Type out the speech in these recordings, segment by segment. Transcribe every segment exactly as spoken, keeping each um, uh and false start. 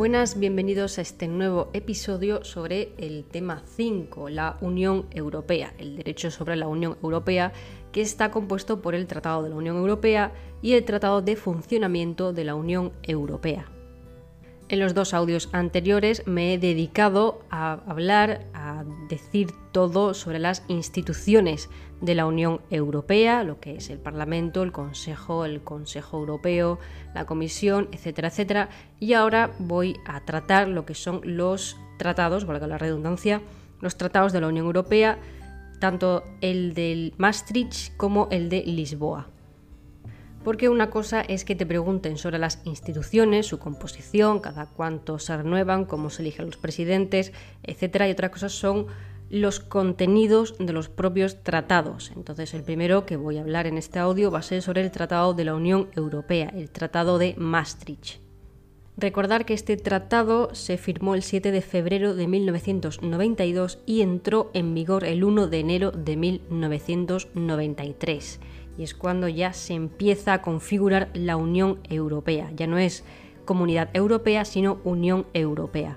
Buenas, bienvenidos a este nuevo episodio sobre el tema cinco, la Unión Europea, el derecho sobre la Unión Europea, que está compuesto por el Tratado de la Unión Europea y el Tratado de Funcionamiento de la Unión Europea. En los dos audios anteriores me he dedicado a hablar, a decir todo sobre las instituciones de la Unión Europea, lo que es el Parlamento, el Consejo, el Consejo Europeo, la Comisión, etcétera, etcétera. Y ahora voy a tratar lo que son los tratados, valga la redundancia, los tratados de la Unión Europea, tanto el del Maastricht como el de Lisboa. Porque una cosa es que te pregunten sobre las instituciones, su composición, cada cuánto se renuevan, cómo se eligen los presidentes, etcétera, y otra cosa son los contenidos de los propios tratados. Entonces, el primero que voy a hablar en este audio va a ser sobre el Tratado de la Unión Europea, el Tratado de Maastricht. Recordar que este tratado se firmó el siete de febrero de mil novecientos noventa y dos y entró en vigor el uno de enero de mil novecientos noventa y tres. Y es cuando ya se empieza a configurar la Unión Europea. Ya no es Comunidad Europea, sino Unión Europea.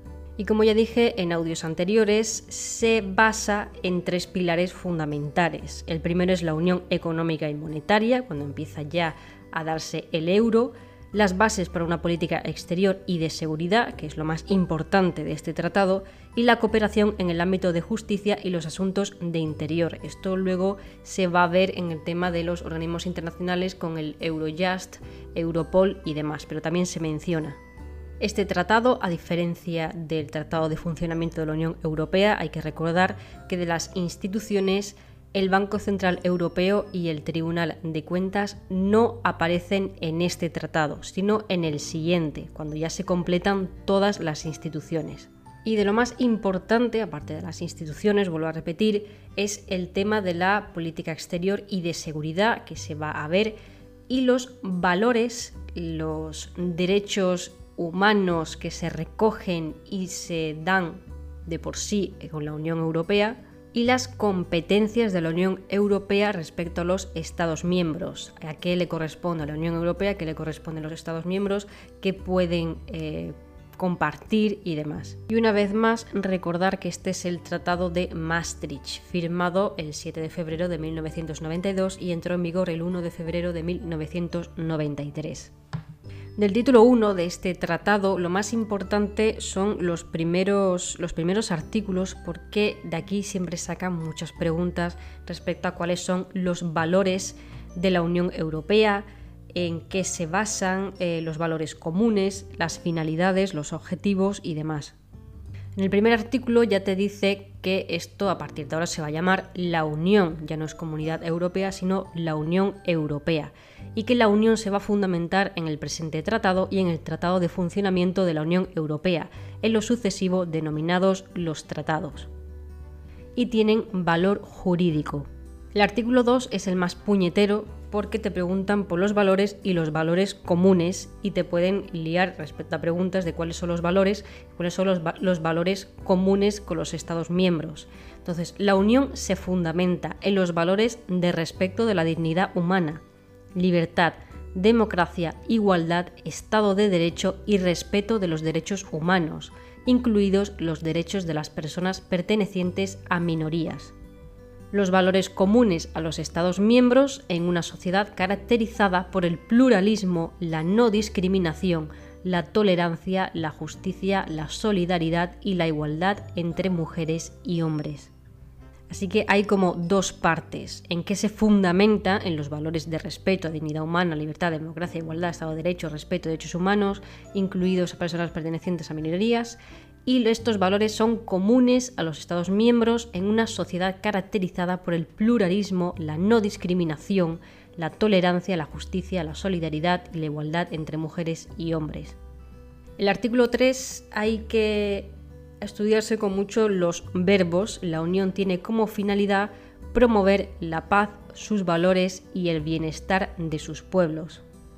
Y como ya dije en audios anteriores, se basa en tres pilares fundamentales. El primero es la Unión Económica y Monetaria, cuando empieza ya a darse el euro. Las bases para una política exterior y de seguridad, que es lo más importante de este tratado, y la cooperación en el ámbito de justicia y los asuntos de interior. Esto luego se va a ver en el tema de los organismos internacionales con el Eurojust, Europol y demás, pero también se menciona. Este tratado, a diferencia del Tratado de Funcionamiento de la Unión Europea, hay que recordar que de las instituciones el Banco Central Europeo y el Tribunal de Cuentas no aparecen en este tratado, sino en el siguiente, cuando ya se completan todas las instituciones. Y de lo más importante, aparte de las instituciones, vuelvo a repetir, es el tema de la política exterior y de seguridad que se va a ver, y los valores, los derechos humanos que se recogen y se dan de por sí con la Unión Europea, y las competencias de la Unión Europea respecto a los Estados miembros. ¿A qué le corresponde a la Unión Europea? ¿Qué le corresponde a los Estados miembros? ¿Qué pueden eh, compartir y demás? Y una vez más, recordar que este es el Tratado de Maastricht, firmado el siete de febrero de mil novecientos noventa y dos y entró en vigor el uno de febrero de mil novecientos noventa y tres. Del título uno de este tratado, lo más importante son los primeros, los primeros artículos, porque de aquí siempre sacan muchas preguntas respecto a cuáles son los valores de la Unión Europea, en qué se basan eh, los valores comunes, las finalidades, los objetivos y demás. En el primer artículo ya te dice que esto a partir de ahora se va a llamar la Unión, ya no es Comunidad Europea, sino la Unión Europea, y que la Unión se va a fundamentar en el presente tratado y en el Tratado de Funcionamiento de la Unión Europea, en lo sucesivo denominados los tratados, y tienen valor jurídico. El artículo dos es el más puñetero porque te preguntan por los valores y los valores comunes y te pueden liar respecto a preguntas de cuáles son los valores, cuáles son los, va- los valores comunes con los Estados miembros. Entonces, la Unión se fundamenta en los valores de respeto de la dignidad humana, libertad, democracia, igualdad, Estado de Derecho y respeto de los derechos humanos, incluidos los derechos de las personas pertenecientes a minorías. Los valores comunes a los Estados miembros en una sociedad caracterizada por el pluralismo, la no discriminación, la tolerancia, la justicia, la solidaridad y la igualdad entre mujeres y hombres. Así que hay como dos partes, en que se fundamenta en los valores de respeto a dignidad humana, libertad, democracia, igualdad, Estado de Derecho, respeto de derechos humanos, incluidos a personas pertenecientes a minorías, y estos valores son comunes a los Estados miembros en una sociedad caracterizada por el pluralismo, la no discriminación, la tolerancia, la justicia, la solidaridad y la igualdad entre mujeres y hombres. El artículo tres hay que estudiarse con mucho los verbos. La Unión tiene como finalidad promover la paz, sus valores y el bienestar de sus pueblos.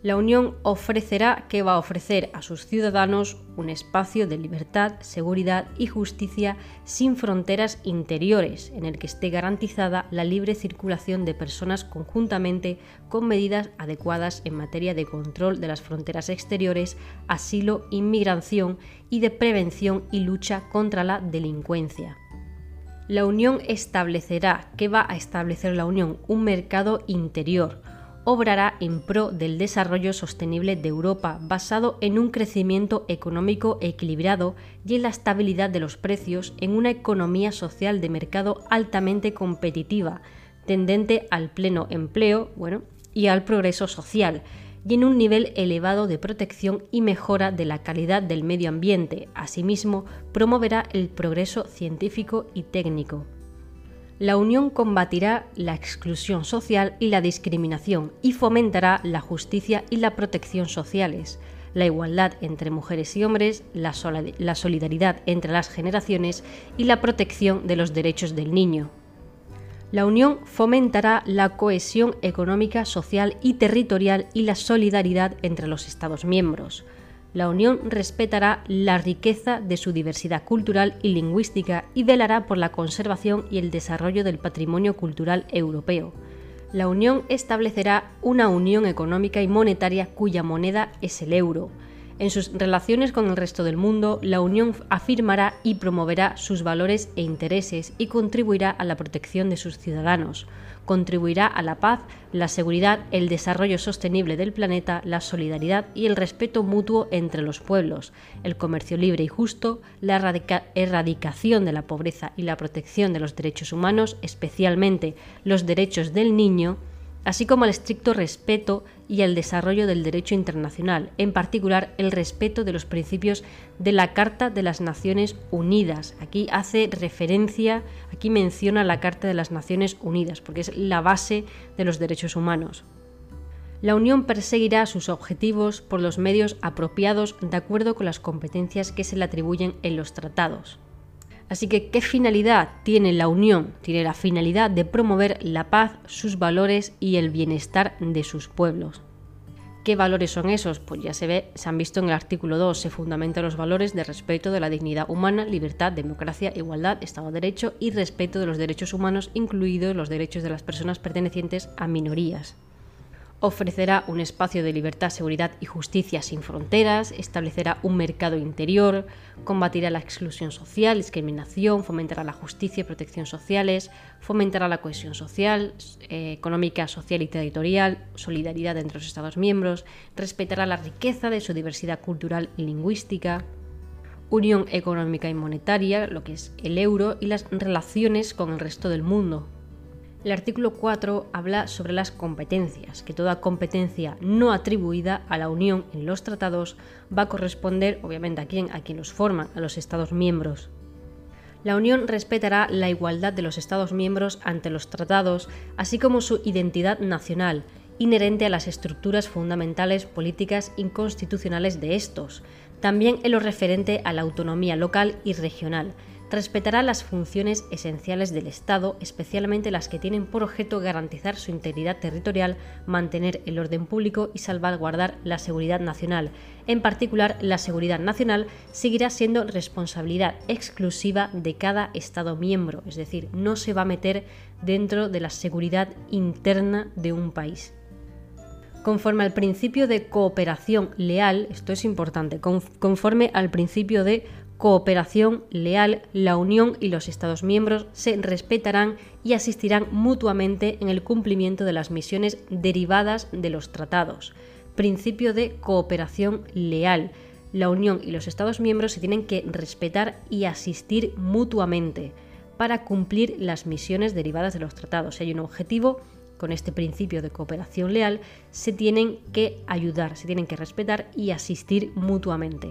La Unión ofrecerá, ¿qué va a ofrecer a sus ciudadanos? Un espacio de libertad, seguridad y justicia sin fronteras interiores, en el que esté garantizada la libre circulación de personas conjuntamente con medidas adecuadas en materia de control de las fronteras exteriores, asilo, inmigración y de prevención y lucha contra la delincuencia. La Unión establecerá, ¿qué va a establecer la Unión? Un mercado interior. Obrará en pro del desarrollo sostenible de Europa, basado en un crecimiento económico equilibrado y en la estabilidad de los precios, en una economía social de mercado altamente competitiva, tendente al pleno empleo, bueno, y al progreso social, y en un nivel elevado de protección y mejora de la calidad del medio ambiente. Asimismo, promoverá el progreso científico y técnico. La Unión combatirá la exclusión social y la discriminación y fomentará la justicia y la protección sociales, la igualdad entre mujeres y hombres, la solidaridad entre las generaciones y la protección de los derechos del niño. La Unión fomentará la cohesión económica, social y territorial y la solidaridad entre los Estados miembros. La Unión respetará la riqueza de su diversidad cultural y lingüística y velará por la conservación y el desarrollo del patrimonio cultural europeo. La Unión establecerá una unión económica y monetaria cuya moneda es el euro. En sus relaciones con el resto del mundo, la Unión afirmará y promoverá sus valores e intereses y contribuirá a la protección de sus ciudadanos. Contribuirá a la paz, la seguridad, el desarrollo sostenible del planeta, la solidaridad y el respeto mutuo entre los pueblos, el comercio libre y justo, la erradica- erradicación de la pobreza y la protección de los derechos humanos, especialmente los derechos del niño, así como el estricto respeto y el desarrollo del derecho internacional, en particular el respeto de los principios de la Carta de las Naciones Unidas. Aquí hace referencia, aquí menciona la Carta de las Naciones Unidas, porque es la base de los derechos humanos. La Unión perseguirá sus objetivos por los medios apropiados de acuerdo con las competencias que se le atribuyen en los tratados. Así que, ¿qué finalidad tiene la Unión? Tiene la finalidad de promover la paz, sus valores y el bienestar de sus pueblos. ¿Qué valores son esos? Pues ya se ve, se han visto en el artículo dos, se fundamentan los valores de respeto de la dignidad humana, libertad, democracia, igualdad, Estado de Derecho y respeto de los derechos humanos, incluidos los derechos de las personas pertenecientes a minorías. Ofrecerá un espacio de libertad, seguridad y justicia sin fronteras, establecerá un mercado interior, combatirá la exclusión social, discriminación, fomentará la justicia y protección sociales, fomentará la cohesión social, eh, económica, social y territorial, solidaridad entre los Estados miembros, respetará la riqueza de su diversidad cultural y lingüística, unión económica y monetaria, lo que es el euro, y las relaciones con el resto del mundo. El artículo cuatro habla sobre las competencias, que toda competencia no atribuida a la Unión en los tratados va a corresponder, obviamente, a quién, a quien los forman, a los Estados miembros. La Unión respetará la igualdad de los Estados miembros ante los tratados, así como su identidad nacional, inherente a las estructuras fundamentales políticas y constitucionales de estos, también en lo referente a la autonomía local y regional. Respetará las funciones esenciales del Estado, especialmente las que tienen por objeto garantizar su integridad territorial, mantener el orden público y salvaguardar la seguridad nacional. En particular, la seguridad nacional seguirá siendo responsabilidad exclusiva de cada Estado miembro, es decir, no se va a meter dentro de la seguridad interna de un país. Conforme al principio de cooperación leal, esto es importante, conforme al principio de cooperación leal, la Unión y los Estados miembros se respetarán y asistirán mutuamente en el cumplimiento de las misiones derivadas de los tratados. Principio de cooperación leal. La Unión y los Estados miembros se tienen que respetar y asistir mutuamente para cumplir las misiones derivadas de los tratados. Si hay un objetivo, con este principio de cooperación leal, se tienen que ayudar, se tienen que respetar y asistir mutuamente.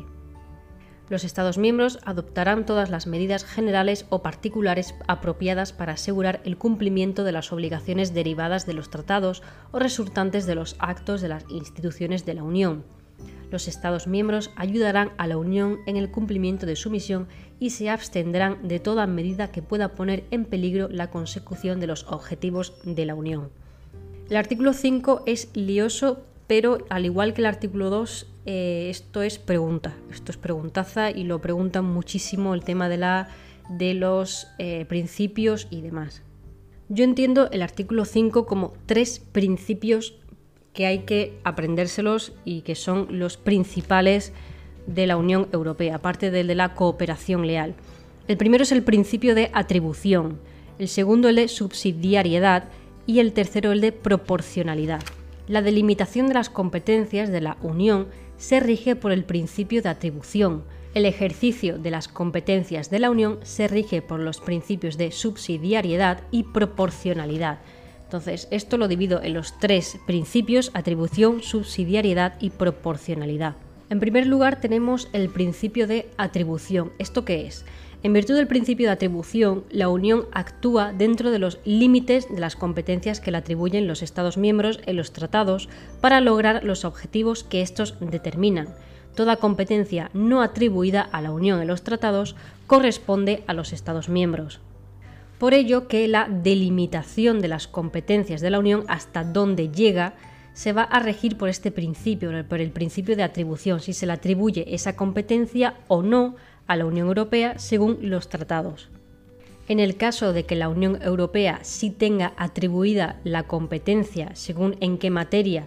Los Estados miembros adoptarán todas las medidas generales o particulares apropiadas para asegurar el cumplimiento de las obligaciones derivadas de los tratados o resultantes de los actos de las instituciones de la Unión. Los Estados miembros ayudarán a la Unión en el cumplimiento de su misión y se abstendrán de toda medida que pueda poner en peligro la consecución de los objetivos de la Unión. El artículo cinco es lioso pero al igual que el artículo dos, eh, esto es pregunta, esto es preguntaza y lo preguntan muchísimo el tema de, la, de los eh, principios y demás. Yo entiendo el artículo cinco como tres principios que hay que aprendérselos y que son los principales de la Unión Europea, aparte del de la cooperación leal. El primero es el principio de atribución, el segundo el de subsidiariedad y el tercero el de proporcionalidad. La delimitación de las competencias de la Unión se rige por el principio de atribución. El ejercicio de las competencias de la Unión se rige por los principios de subsidiariedad y proporcionalidad. Entonces, esto lo divido en los tres principios: atribución, subsidiariedad y proporcionalidad. En primer lugar, tenemos el principio de atribución. ¿Esto qué es? En virtud del principio de atribución, la Unión actúa dentro de los límites de las competencias que le atribuyen los Estados miembros en los tratados para lograr los objetivos que estos determinan. Toda competencia no atribuida a la Unión en los tratados corresponde a los Estados miembros. Por ello que la delimitación de las competencias de la Unión, hasta dónde llega, se va a regir por este principio, por el principio de atribución, si se le atribuye esa competencia o no a la Unión Europea según los tratados. En el caso de que la Unión Europea sí tenga atribuida la competencia según en qué materia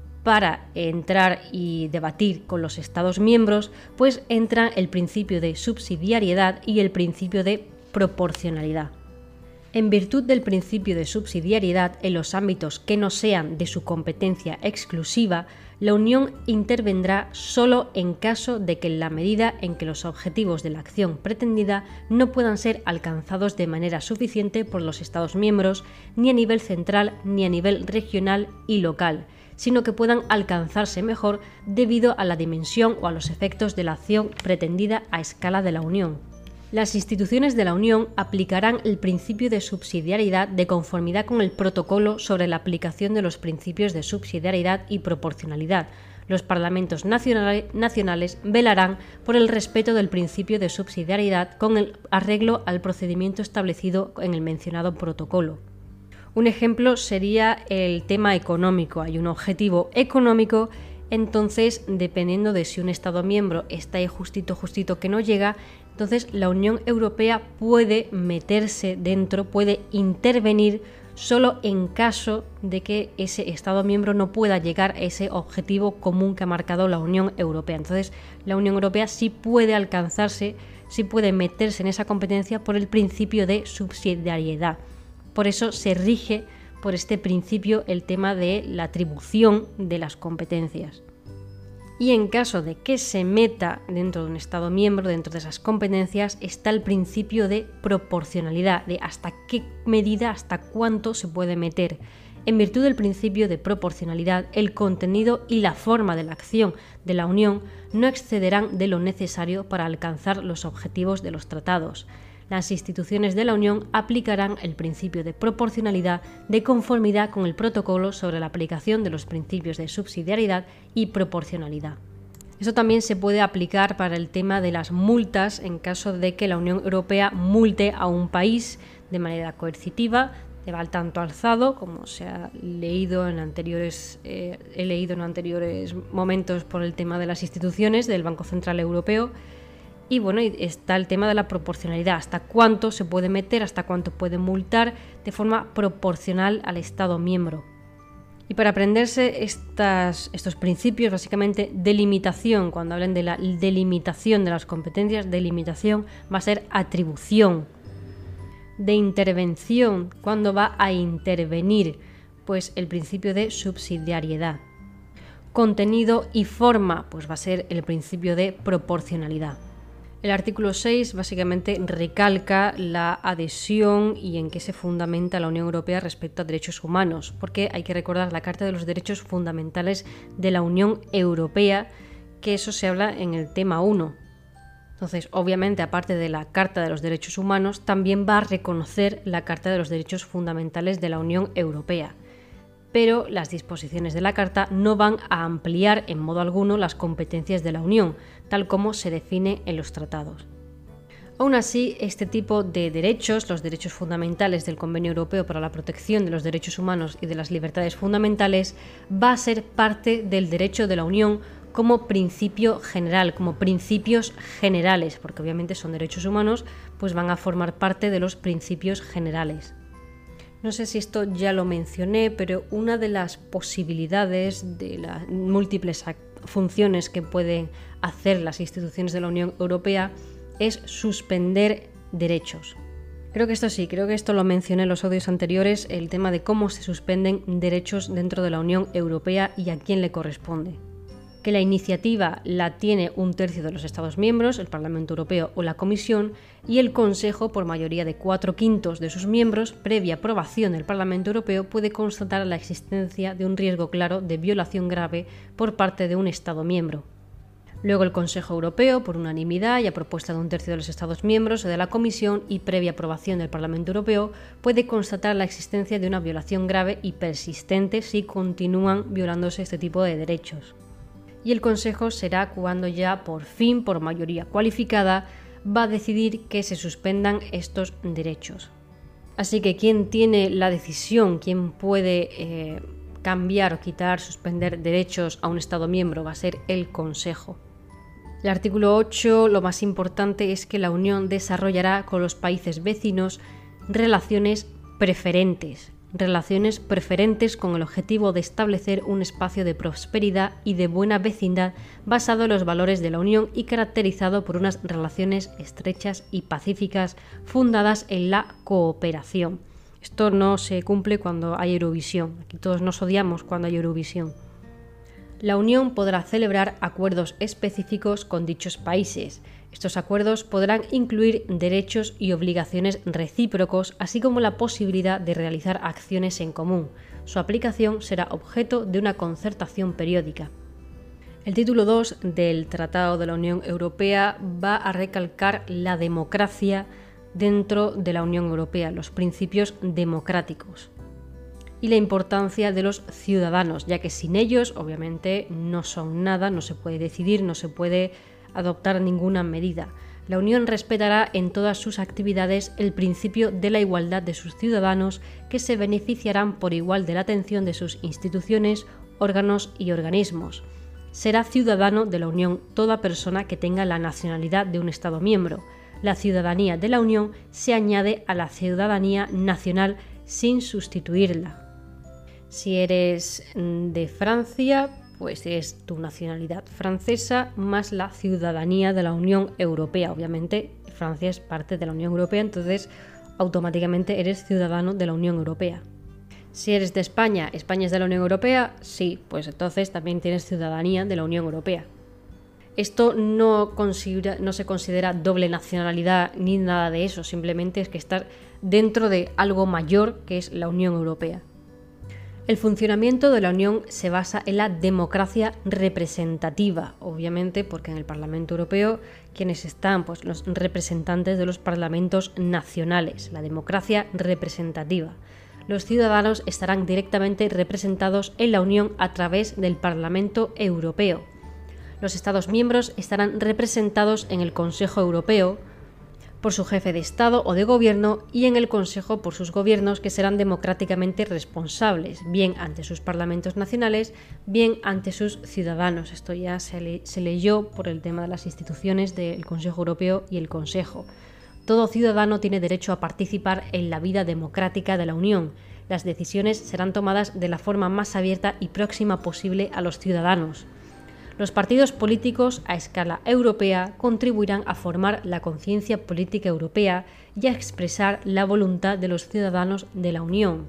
para entrar y debatir con los Estados miembros, pues entra el principio de subsidiariedad y el principio de proporcionalidad. En virtud del principio de subsidiariedad, en los ámbitos que no sean de su competencia exclusiva, la Unión intervendrá solo en caso de que en la medida en que los objetivos de la acción pretendida no puedan ser alcanzados de manera suficiente por los Estados miembros, ni a nivel central ni a nivel regional y local, sino que puedan alcanzarse mejor debido a la dimensión o a los efectos de la acción pretendida a escala de la Unión. Las instituciones de la Unión aplicarán el principio de subsidiariedad de conformidad con el protocolo sobre la aplicación de los principios de subsidiariedad y proporcionalidad. Los parlamentos nacionales velarán por el respeto del principio de subsidiariedad con el arreglo al procedimiento establecido en el mencionado protocolo. Un ejemplo sería el tema económico. Hay un objetivo económico, entonces dependiendo de si un Estado miembro está ahí justito, justito que no llega, entonces la Unión Europea puede meterse dentro, puede intervenir solo en caso de que ese Estado miembro no pueda llegar a ese objetivo común que ha marcado la Unión Europea. Entonces la Unión Europea sí puede alcanzarse, sí puede meterse en esa competencia por el principio de subsidiariedad. Por eso se rige por este principio el tema de la atribución de las competencias. Y en caso de que se meta dentro de un Estado miembro, dentro de esas competencias, está el principio de proporcionalidad, de hasta qué medida, hasta cuánto se puede meter. En virtud del principio de proporcionalidad, el contenido y la forma de la acción de la Unión no excederán de lo necesario para alcanzar los objetivos de los tratados. Las instituciones de la Unión aplicarán el principio de proporcionalidad de conformidad con el protocolo sobre la aplicación de los principios de subsidiariedad y proporcionalidad. Esto también se puede aplicar para el tema de las multas en caso de que la Unión Europea multe a un país de manera coercitiva, de tanto alzado, como se ha leído en anteriores, eh, he leído en anteriores momentos por el tema de las instituciones del Banco Central Europeo. Y bueno, está el tema de la proporcionalidad, hasta cuánto se puede meter, hasta cuánto puede multar de forma proporcional al Estado miembro. Y para aprenderse estas, estos principios, básicamente delimitación, cuando hablen de la delimitación de las competencias, delimitación va a ser atribución. De intervención, cuando va a intervenir, pues el principio de subsidiariedad. Contenido y forma, pues va a ser el principio de proporcionalidad. El artículo seis básicamente recalca la adhesión y en qué se fundamenta la Unión Europea respecto a derechos humanos, porque hay que recordar la Carta de los Derechos Fundamentales de la Unión Europea, que eso se habla en el tema uno. Entonces, obviamente, aparte de la Carta de los Derechos Humanos, también va a reconocer la Carta de los Derechos Fundamentales de la Unión Europea. Pero las disposiciones de la Carta no van a ampliar en modo alguno las competencias de la Unión, tal como se define en los tratados. Aún así, este tipo de derechos, los derechos fundamentales del Convenio Europeo para la Protección de los Derechos Humanos y de las Libertades Fundamentales, va a ser parte del derecho de la Unión como principio general, como principios generales, porque obviamente son derechos humanos, pues van a formar parte de los principios generales. No sé si esto ya lo mencioné, pero una de las posibilidades de las múltiples funciones que pueden hacer las instituciones de la Unión Europea es suspender derechos. Creo que esto sí, creo que esto lo mencioné en los audios anteriores, el tema de cómo se suspenden derechos dentro de la Unión Europea y a quién le corresponde. Que la iniciativa la tiene un tercio de los Estados miembros, el Parlamento Europeo o la Comisión, y el Consejo, por mayoría de cuatro quintos de sus miembros, previa aprobación del Parlamento Europeo, puede constatar la existencia de un riesgo claro de violación grave por parte de un Estado miembro. Luego el Consejo Europeo, por unanimidad y a propuesta de un tercio de los Estados miembros o de la Comisión y previa aprobación del Parlamento Europeo, puede constatar la existencia de una violación grave y persistente si continúan violándose este tipo de derechos. Y el Consejo será cuando ya por fin, por mayoría cualificada, va a decidir que se suspendan estos derechos. Así que quien tiene la decisión, quien puede eh, cambiar o quitar, suspender derechos a un Estado miembro va a ser el Consejo. El artículo ocho, lo más importante es que la Unión desarrollará con los países vecinos relaciones preferentes, relaciones preferentes con el objetivo de establecer un espacio de prosperidad y de buena vecindad basado en los valores de la Unión y caracterizado por unas relaciones estrechas y pacíficas fundadas en la cooperación. Esto no se cumple cuando hay Eurovisión. Aquí todos nos odiamos cuando hay Eurovisión. La Unión podrá celebrar acuerdos específicos con dichos países. Estos acuerdos podrán incluir derechos y obligaciones recíprocos, así como la posibilidad de realizar acciones en común. Su aplicación será objeto de una concertación periódica. El título dos del Tratado de la Unión Europea va a recalcar la democracia dentro de la Unión Europea, los principios democráticos y la importancia de los ciudadanos, ya que sin ellos, obviamente, no son nada, no se puede decidir, no se puede adoptar ninguna medida. La Unión respetará en todas sus actividades el principio de la igualdad de sus ciudadanos, que se beneficiarán por igual de la atención de sus instituciones, órganos y organismos. Será ciudadano de la Unión toda persona que tenga la nacionalidad de un Estado miembro. La ciudadanía de la Unión se añade a la ciudadanía nacional sin sustituirla. Si eres de Francia, pues es tu nacionalidad francesa más la ciudadanía de la Unión Europea. Obviamente, Francia es parte de la Unión Europea, entonces automáticamente eres ciudadano de la Unión Europea. Si eres de España, España es de la Unión Europea, sí, pues entonces también tienes ciudadanía de la Unión Europea. Esto no, considera, no se considera doble nacionalidad ni nada de eso, simplemente es que estás dentro de algo mayor que es la Unión Europea. El funcionamiento de la Unión se basa en la democracia representativa, obviamente porque en el Parlamento Europeo quienes están, pues los representantes de los parlamentos nacionales, la democracia representativa. Los ciudadanos estarán directamente representados en la Unión a través del Parlamento Europeo. Los Estados miembros estarán representados en el Consejo Europeo por su jefe de Estado o de Gobierno y en el Consejo por sus gobiernos, que serán democráticamente responsables, bien ante sus parlamentos nacionales, bien ante sus ciudadanos. Esto ya se, le, se leyó por el tema de las instituciones del Consejo Europeo y el Consejo. Todo ciudadano tiene derecho a participar en la vida democrática de la Unión. Las decisiones serán tomadas de la forma más abierta y próxima posible a los ciudadanos. Los partidos políticos a escala europea contribuirán a formar la conciencia política europea y a expresar la voluntad de los ciudadanos de la Unión.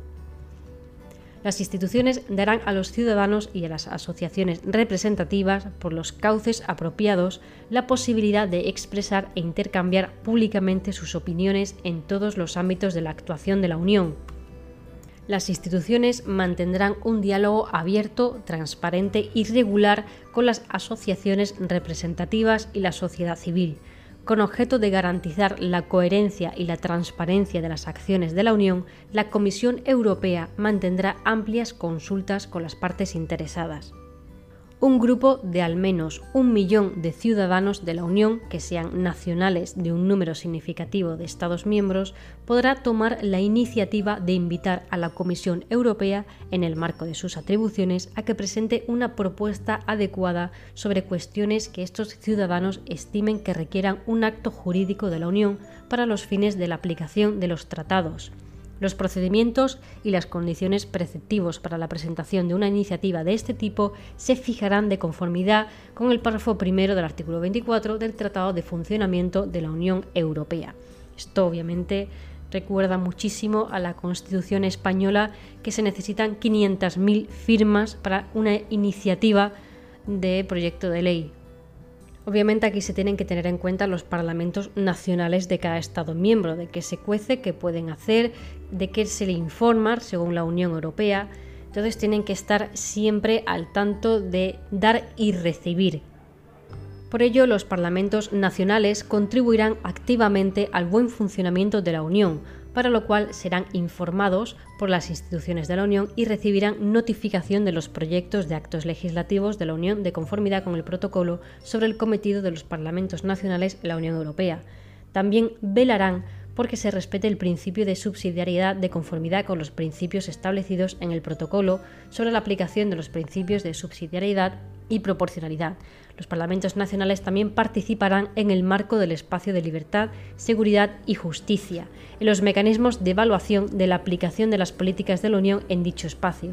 Las instituciones darán a los ciudadanos y a las asociaciones representativas, por los cauces apropiados, la posibilidad de expresar e intercambiar públicamente sus opiniones en todos los ámbitos de la actuación de la Unión. Las instituciones mantendrán un diálogo abierto, transparente y regular con las asociaciones representativas y la sociedad civil, con objeto de garantizar la coherencia y la transparencia de las acciones de la Unión. La Comisión Europea mantendrá amplias consultas con las partes interesadas. un grupo de al menos un millón de ciudadanos de la Unión que sean nacionales de un número significativo de Estados miembros podrá tomar la iniciativa de invitar a la Comisión Europea, en el marco de sus atribuciones, a que presente una propuesta adecuada sobre cuestiones que estos ciudadanos estimen que requieran un acto jurídico de la Unión para los fines de la aplicación de los tratados. Los procedimientos y las condiciones preceptivos para la presentación de una iniciativa de este tipo se fijarán de conformidad con el párrafo primero del artículo veinticuatro del Tratado de Funcionamiento de la Unión Europea. Esto obviamente recuerda muchísimo a la Constitución española, que se necesitan quinientas mil firmas para una iniciativa de proyecto de ley. Obviamente aquí se tienen que tener en cuenta los parlamentos nacionales de cada Estado miembro, de qué se cuece, qué pueden hacer, de qué se le informa según la Unión Europea. Entonces tienen que estar siempre al tanto de dar y recibir. Por ello, los parlamentos nacionales contribuirán activamente al buen funcionamiento de la Unión, para lo cual serán informados por las instituciones de la Unión y recibirán notificación de los proyectos de actos legislativos de la Unión de conformidad con el protocolo sobre el cometido de los parlamentos nacionales en la Unión Europea. También velarán porque se respete el principio de subsidiariedad de conformidad con los principios establecidos en el protocolo sobre la aplicación de los principios de subsidiariedad y proporcionalidad. Los parlamentos nacionales también participarán en el marco del espacio de libertad, seguridad y justicia, en los mecanismos de evaluación de la aplicación de las políticas de la Unión en dicho espacio,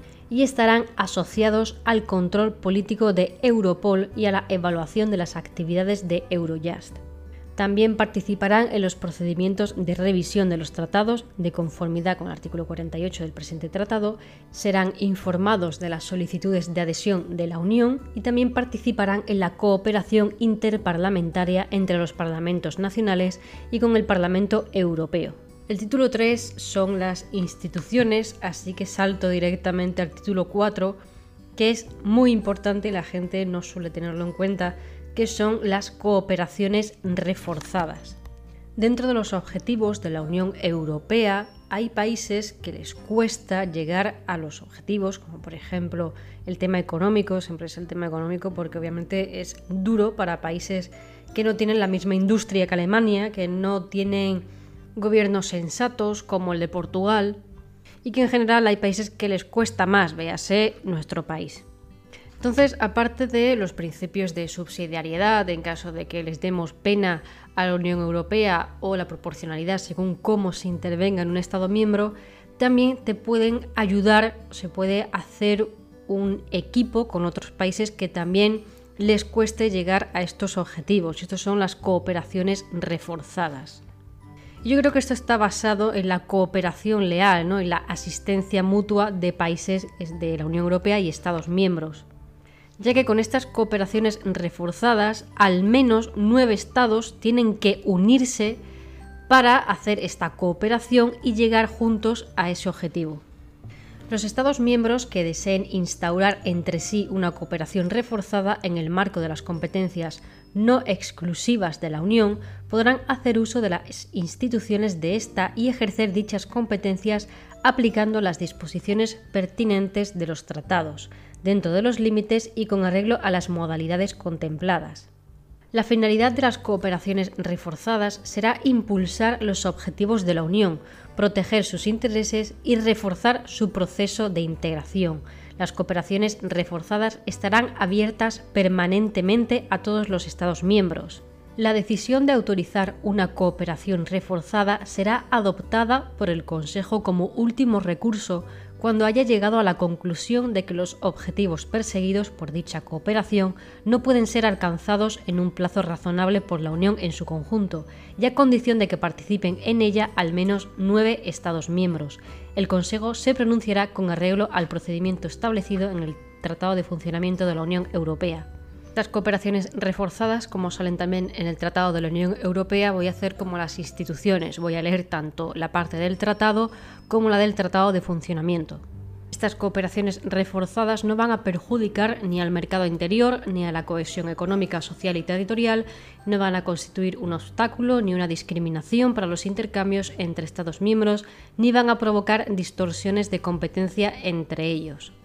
y estarán asociados al control político de Europol y a la evaluación de las actividades de Eurojust. También participarán en los procedimientos de revisión de los tratados de conformidad con el artículo cuarenta y ocho del presente tratado, serán informados de las solicitudes de adhesión de la Unión y también participarán en la cooperación interparlamentaria entre los parlamentos nacionales y con el Parlamento Europeo. El título tres son las instituciones, así que salto directamente al título cuatro, que es muy importante y la gente no suele tenerlo en cuenta, que son las cooperaciones reforzadas. Dentro de los objetivos de la Unión Europea hay países que les cuesta llegar a los objetivos, como por ejemplo el tema económico. Siempre es el tema económico porque obviamente es duro para países que no tienen la misma industria que Alemania, que no tienen gobiernos sensatos como el de Portugal, y que en general hay países que les cuesta más, véase nuestro país. Entonces, aparte de los principios de subsidiariedad en caso de que les demos pena a la Unión Europea o la proporcionalidad según cómo se intervenga en un Estado miembro, también te pueden ayudar, se puede hacer un equipo con otros países que también les cueste llegar a estos objetivos. Estas son las cooperaciones reforzadas. Yo creo que esto está basado en la cooperación leal, ¿no? En la asistencia mutua de países de la Unión Europea y Estados miembros, ya que con estas cooperaciones reforzadas, al menos nueve estados tienen que unirse para hacer esta cooperación y llegar juntos a ese objetivo. Los estados miembros que deseen instaurar entre sí una cooperación reforzada en el marco de las competencias no exclusivas de la Unión podrán hacer uso de las instituciones de esta y ejercer dichas competencias aplicando las disposiciones pertinentes de los tratados, dentro de los límites y con arreglo a las modalidades contempladas. La finalidad de las cooperaciones reforzadas será impulsar los objetivos de la Unión, proteger sus intereses y reforzar su proceso de integración. Las cooperaciones reforzadas estarán abiertas permanentemente a todos los Estados miembros. La decisión de autorizar una cooperación reforzada será adoptada por el Consejo como último recurso cuando haya llegado a la conclusión de que los objetivos perseguidos por dicha cooperación no pueden ser alcanzados en un plazo razonable por la Unión en su conjunto, y a condición de que participen en ella al menos nueve Estados miembros. El Consejo se pronunciará con arreglo al procedimiento establecido en el Tratado de Funcionamiento de la Unión Europea. Las cooperaciones reforzadas, como salen también en el Tratado de la Unión Europea, voy a hacer como las instituciones. Voy a leer tanto la parte del tratado como la del Tratado de Funcionamiento. Estas cooperaciones reforzadas no van a perjudicar ni al mercado interior, ni a la cohesión económica, social y territorial, no van a constituir un obstáculo ni una discriminación para los intercambios entre Estados miembros, ni van a provocar distorsiones de competencia entre ellos.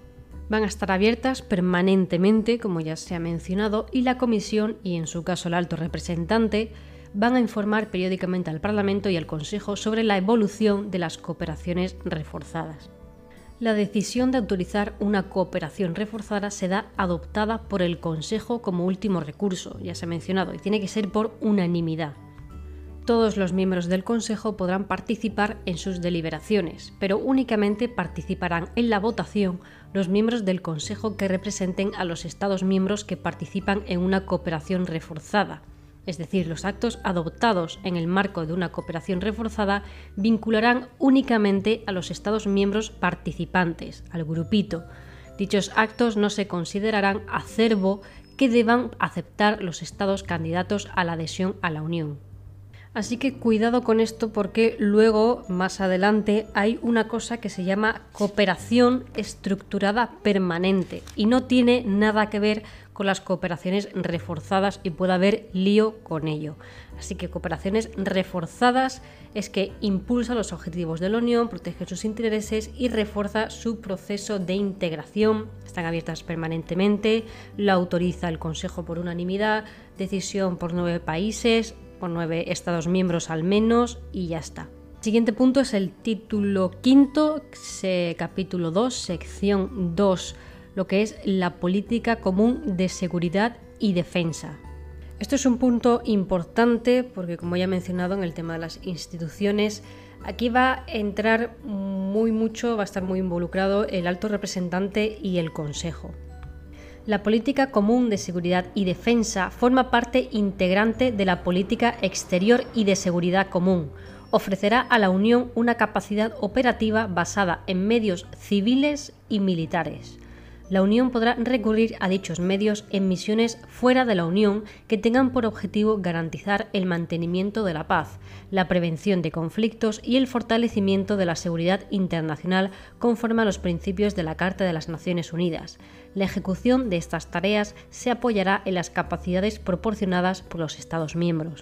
Van a estar abiertas permanentemente, como ya se ha mencionado, y la Comisión, y en su caso el alto representante, van a informar periódicamente al Parlamento y al Consejo sobre la evolución de las cooperaciones reforzadas. La decisión de autorizar una cooperación reforzada será adoptada por el Consejo como último recurso, ya se ha mencionado, y tiene que ser por unanimidad. Todos los miembros del Consejo podrán participar en sus deliberaciones, pero únicamente participarán en la votación los miembros del Consejo que representen a los Estados miembros que participan en una cooperación reforzada. Es decir, los actos adoptados en el marco de una cooperación reforzada vincularán únicamente a los Estados miembros participantes, al grupito. Dichos actos no se considerarán acervo que deban aceptar los Estados candidatos a la adhesión a la Unión. Así que cuidado con esto porque luego, más adelante, hay una cosa que se llama cooperación estructurada permanente y no tiene nada que ver con las cooperaciones reforzadas y puede haber lío con ello. Así que cooperaciones reforzadas es que impulsa los objetivos de la Unión, protege sus intereses y refuerza su proceso de integración. Están abiertas permanentemente, lo autoriza el Consejo por unanimidad, decisión por nueve países, por nueve Estados miembros al menos, y ya está. El siguiente punto es el título quinto, capítulo dos, sección dos, lo que es la política común de seguridad y defensa. Esto es un punto importante porque, como ya he mencionado en el tema de las instituciones, aquí va a entrar muy mucho, va a estar muy involucrado el alto representante y el Consejo. La política común de seguridad y defensa forma parte integrante de la política exterior y de seguridad común. Ofrecerá a la Unión una capacidad operativa basada en medios civiles y militares. La Unión podrá recurrir a dichos medios en misiones fuera de la Unión que tengan por objetivo garantizar el mantenimiento de la paz, la prevención de conflictos y el fortalecimiento de la seguridad internacional conforme a los principios de la Carta de las Naciones Unidas. La ejecución de estas tareas se apoyará en las capacidades proporcionadas por los Estados miembros.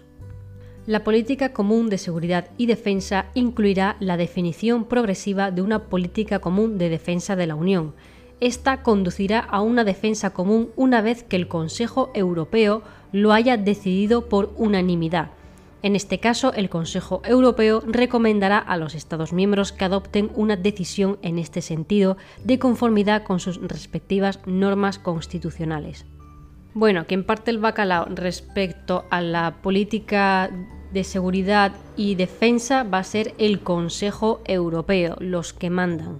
La política común de seguridad y defensa incluirá la definición progresiva de una política común de defensa de la Unión. Esta conducirá a una defensa común una vez que el Consejo Europeo lo haya decidido por unanimidad. En este caso, el Consejo Europeo recomendará a los Estados miembros que adopten una decisión en este sentido de conformidad con sus respectivas normas constitucionales. Bueno, quien parte el bacalao respecto a la política de seguridad y defensa va a ser el Consejo Europeo, los que mandan.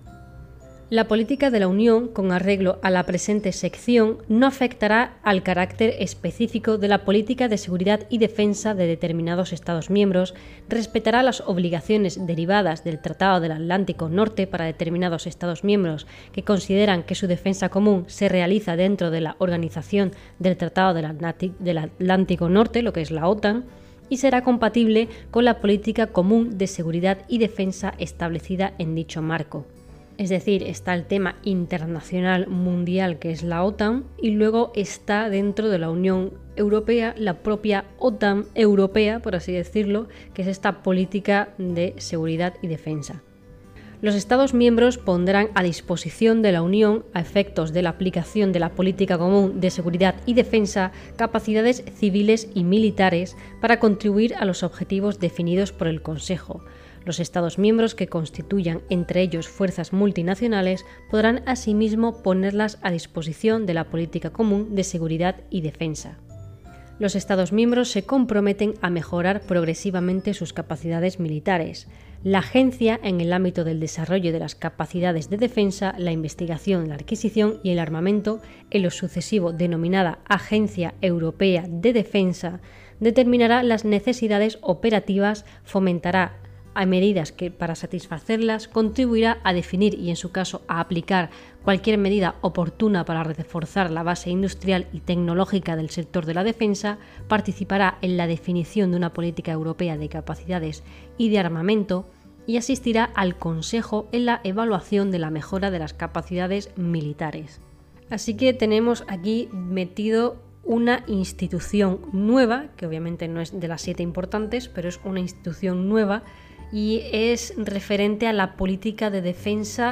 La política de la Unión, con arreglo a la presente sección, no afectará al carácter específico de la política de seguridad y defensa de determinados Estados miembros, respetará las obligaciones derivadas del Tratado del Atlántico Norte para determinados Estados miembros que consideran que su defensa común se realiza dentro de la Organización del Tratado del Atlántico Norte, lo que es la OTAN, y será compatible con la política común de seguridad y defensa establecida en dicho marco. Es decir, está el tema internacional mundial que es la OTAN y luego está dentro de la Unión Europea la propia OTAN europea, por así decirlo, que es esta política de seguridad y defensa. Los Estados miembros pondrán a disposición de la Unión, a efectos de la aplicación de la política común de seguridad y defensa, capacidades civiles y militares para contribuir a los objetivos definidos por el Consejo. Los Estados miembros que constituyan entre ellos fuerzas multinacionales podrán asimismo ponerlas a disposición de la política común de seguridad y defensa. Los Estados miembros se comprometen a mejorar progresivamente sus capacidades militares. La agencia, en el ámbito del desarrollo de las capacidades de defensa, la investigación, la adquisición y el armamento, en lo sucesivo denominada Agencia Europea de Defensa, determinará las necesidades operativas, fomentará a medidas que, para satisfacerlas, contribuirá a definir y, en su caso, a aplicar cualquier medida oportuna para reforzar la base industrial y tecnológica del sector de la defensa, participará en la definición de una política europea de capacidades y de armamento y asistirá al Consejo en la evaluación de la mejora de las capacidades militares. Así que tenemos aquí metido una institución nueva, que obviamente no es de las siete importantes, pero es una institución nueva y es referente a la política de defensa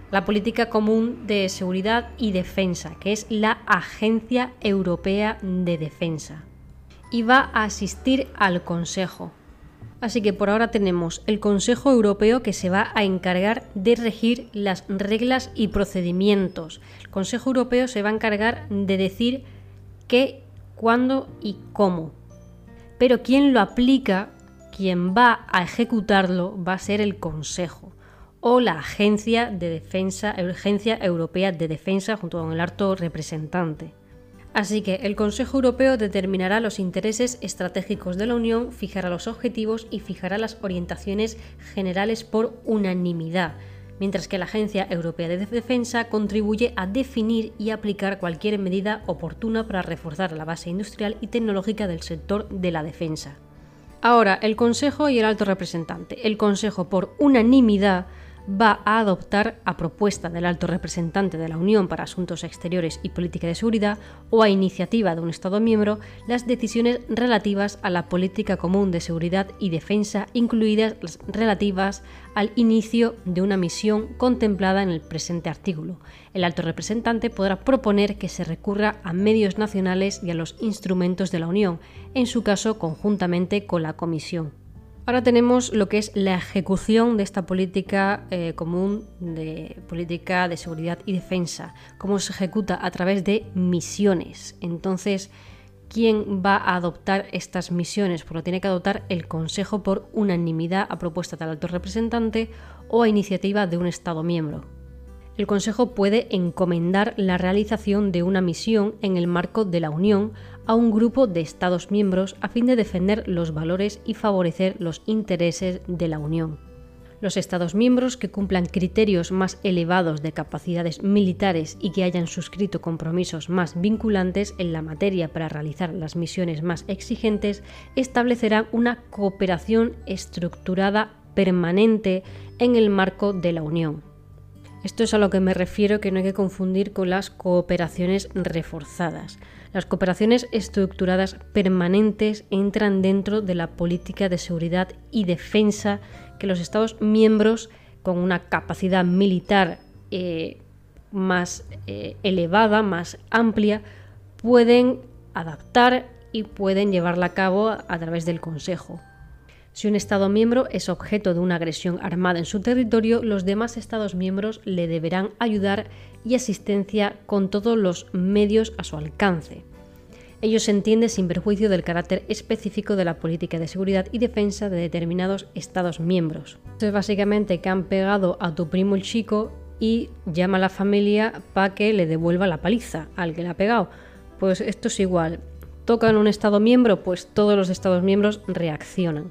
la política común de seguridad y defensa, que es la Agencia Europea de Defensa, y va a asistir al Consejo. Así que por ahora tenemos el Consejo Europeo, que se va a encargar de regir las reglas y procedimientos. El Consejo Europeo se va a encargar de decir qué, cuándo y cómo. Pero quien lo aplica, quien va a ejecutarlo, va a ser el Consejo o la Agencia de Defensa, Agencia Europea de Defensa, junto con el alto representante. Así que el Consejo Europeo determinará los intereses estratégicos de la Unión, fijará los objetivos y fijará las orientaciones generales por unanimidad, mientras que la Agencia Europea de Defensa contribuye a definir y aplicar cualquier medida oportuna para reforzar la base industrial y tecnológica del sector de la defensa. Ahora, el Consejo y el alto representante. El Consejo, por unanimidad, va a adoptar, a propuesta del alto representante de la Unión para Asuntos Exteriores y Política de Seguridad o a iniciativa de un Estado miembro, las decisiones relativas a la política común de seguridad y defensa, incluidas las relativas al inicio de una misión contemplada en el presente artículo. El alto representante podrá proponer que se recurra a medios nacionales y a los instrumentos de la Unión, en su caso conjuntamente con la Comisión. Ahora tenemos lo que es la ejecución de esta política eh, común de política de seguridad y defensa, cómo se ejecuta a través de misiones. Entonces, ¿quién va a adoptar estas misiones? Pues lo tiene que adoptar el Consejo por unanimidad a propuesta del alto representante o a iniciativa de un Estado miembro. El Consejo puede encomendar la realización de una misión en el marco de la Unión a un grupo de Estados miembros a fin de defender los valores y favorecer los intereses de la Unión. Los Estados miembros que cumplan criterios más elevados de capacidades militares y que hayan suscrito compromisos más vinculantes en la materia para realizar las misiones más exigentes establecerán una cooperación estructurada permanente en el marco de la Unión. Esto es a lo que me refiero, que no hay que confundir con las cooperaciones reforzadas. Las cooperaciones estructuradas permanentes entran dentro de la política de seguridad y defensa que los Estados miembros con una capacidad militar eh, más eh, elevada, más amplia, pueden adaptar y pueden llevarla a cabo a través del Consejo. Si un Estado miembro es objeto de una agresión armada en su territorio, los demás Estados miembros le deberán ayudar y asistencia con todos los medios a su alcance. Ello se entiende sin perjuicio del carácter específico de la política de seguridad y defensa de determinados Estados miembros. Esto es básicamente que han pegado a tu primo el chico y llama a la familia para que le devuelva la paliza al que le ha pegado. Pues esto es igual. Tocan un Estado miembro, pues todos los Estados miembros reaccionan.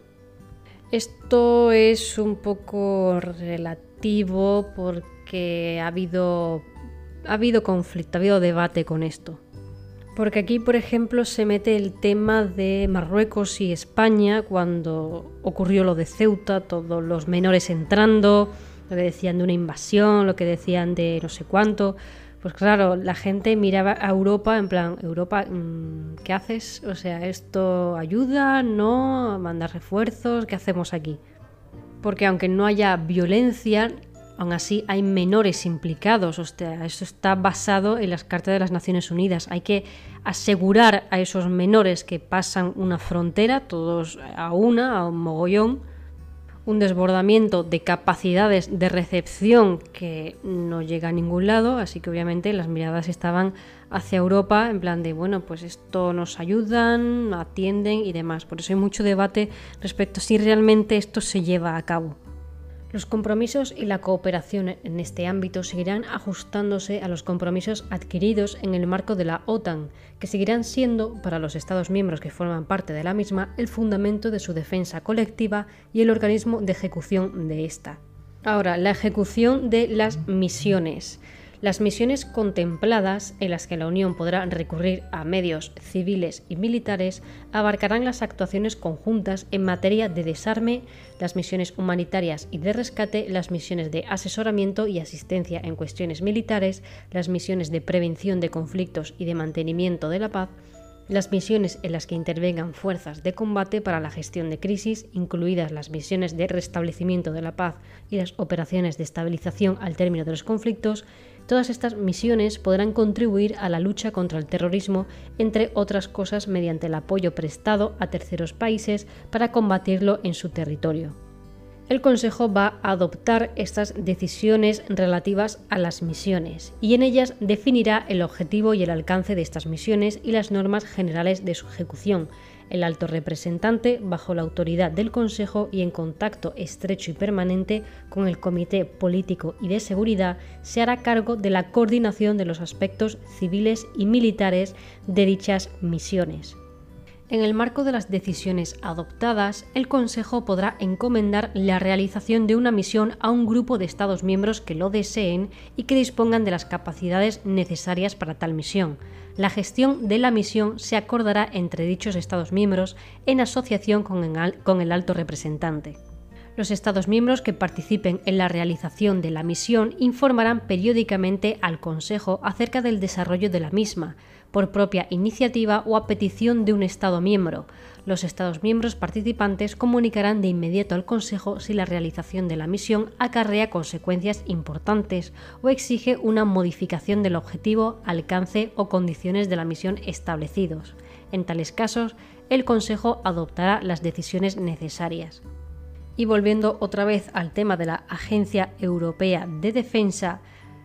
Esto es un poco relativo porque ha habido, ha habido conflicto, ha habido debate con esto. Porque aquí, por ejemplo, se mete el tema de Marruecos y España cuando ocurrió lo de Ceuta, todos los menores entrando, lo que decían de una invasión, lo que decían de no sé cuánto. Pues claro, la gente miraba a Europa en plan, Europa, ¿qué haces? O sea, ¿esto ayuda? ¿No? ¿Manda refuerzos? ¿Qué hacemos aquí? Porque aunque no haya violencia, aún así hay menores implicados. O sea, eso está basado en las Cartas de las Naciones Unidas. Hay que asegurar a esos menores que pasan una frontera, todos a una, a un mogollón, un desbordamiento de capacidades de recepción que no llega a ningún lado, así que obviamente las miradas estaban hacia Europa en plan de, bueno, pues esto nos ayudan, atienden y demás. Por eso hay mucho debate respecto a si realmente esto se lleva a cabo. Los compromisos y la cooperación en este ámbito seguirán ajustándose a los compromisos adquiridos en el marco de la OTAN, que seguirán siendo, para los Estados miembros que forman parte de la misma, el fundamento de su defensa colectiva y el organismo de ejecución de esta. Ahora, la ejecución de las misiones. Las misiones contempladas, en las que la Unión podrá recurrir a medios civiles y militares, abarcarán las actuaciones conjuntas en materia de desarme, las misiones humanitarias y de rescate, las misiones de asesoramiento y asistencia en cuestiones militares, las misiones de prevención de conflictos y de mantenimiento de la paz, Las misiones en las que intervengan fuerzas de combate para la gestión de crisis, incluidas las misiones de restablecimiento de la paz y las operaciones de estabilización al término de los conflictos, todas estas misiones podrán contribuir a la lucha contra el terrorismo, entre otras cosas mediante el apoyo prestado a terceros países para combatirlo en su territorio. El Consejo va a adoptar estas decisiones relativas a las misiones y en ellas definirá el objetivo y el alcance de estas misiones y las normas generales de su ejecución. El alto representante, bajo la autoridad del Consejo y en contacto estrecho y permanente con el Comité Político y de Seguridad, se hará cargo de la coordinación de los aspectos civiles y militares de dichas misiones. En el marco de las decisiones adoptadas, el Consejo podrá encomendar la realización de una misión a un grupo de Estados miembros que lo deseen y que dispongan de las capacidades necesarias para tal misión. La gestión de la misión se acordará entre dichos Estados miembros en asociación con el, con el alto representante. Los Estados miembros que participen en la realización de la misión informarán periódicamente al Consejo acerca del desarrollo de la misma, por propia iniciativa o a petición de un Estado miembro. Los Estados miembros participantes comunicarán de inmediato al Consejo si la realización de la misión acarrea consecuencias importantes o exige una modificación del objetivo, alcance o condiciones de la misión establecidos. En tales casos, el Consejo adoptará las decisiones necesarias. Y volviendo otra vez al tema de la Agencia Europea de Defensa,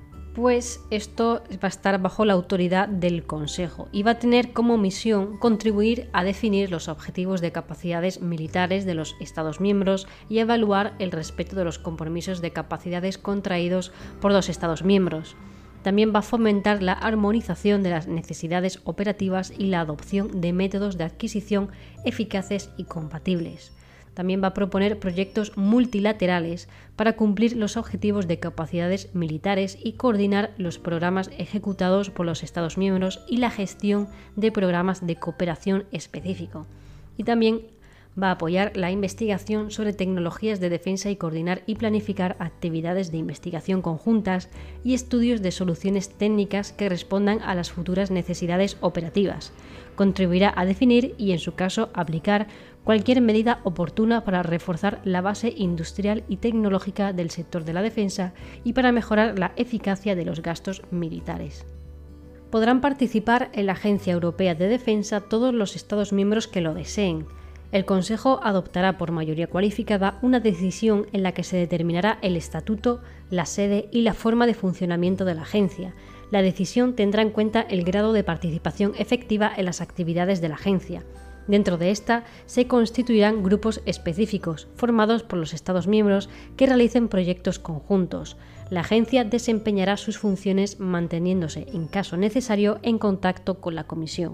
pues esto va a estar bajo la autoridad del Consejo y va a tener como misión contribuir a definir los objetivos de capacidades militares de los Estados miembros y evaluar el respeto de los compromisos de capacidades contraídos por los Estados miembros. También va a fomentar la armonización de las necesidades operativas y la adopción de métodos de adquisición eficaces y compatibles. También va a proponer proyectos multilaterales para cumplir los objetivos de capacidades militares y coordinar los programas ejecutados por los Estados miembros y la gestión de programas de cooperación específico. Y también va a apoyar la investigación sobre tecnologías de defensa y coordinar y planificar actividades de investigación conjuntas y estudios de soluciones técnicas que respondan a las futuras necesidades operativas. Contribuirá a definir y, en su caso, aplicar cualquier medida oportuna para reforzar la base industrial y tecnológica del sector de la defensa y para mejorar la eficacia de los gastos militares. Podrán participar en la Agencia Europea de Defensa todos los Estados miembros que lo deseen. El Consejo adoptará por mayoría cualificada una decisión en la que se determinará el estatuto, la sede y la forma de funcionamiento de la agencia. La decisión tendrá en cuenta el grado de participación efectiva en las actividades de la agencia. Dentro de esta se constituirán grupos específicos, formados por los Estados miembros que realicen proyectos conjuntos. La agencia desempeñará sus funciones manteniéndose, en caso necesario, en contacto con la Comisión.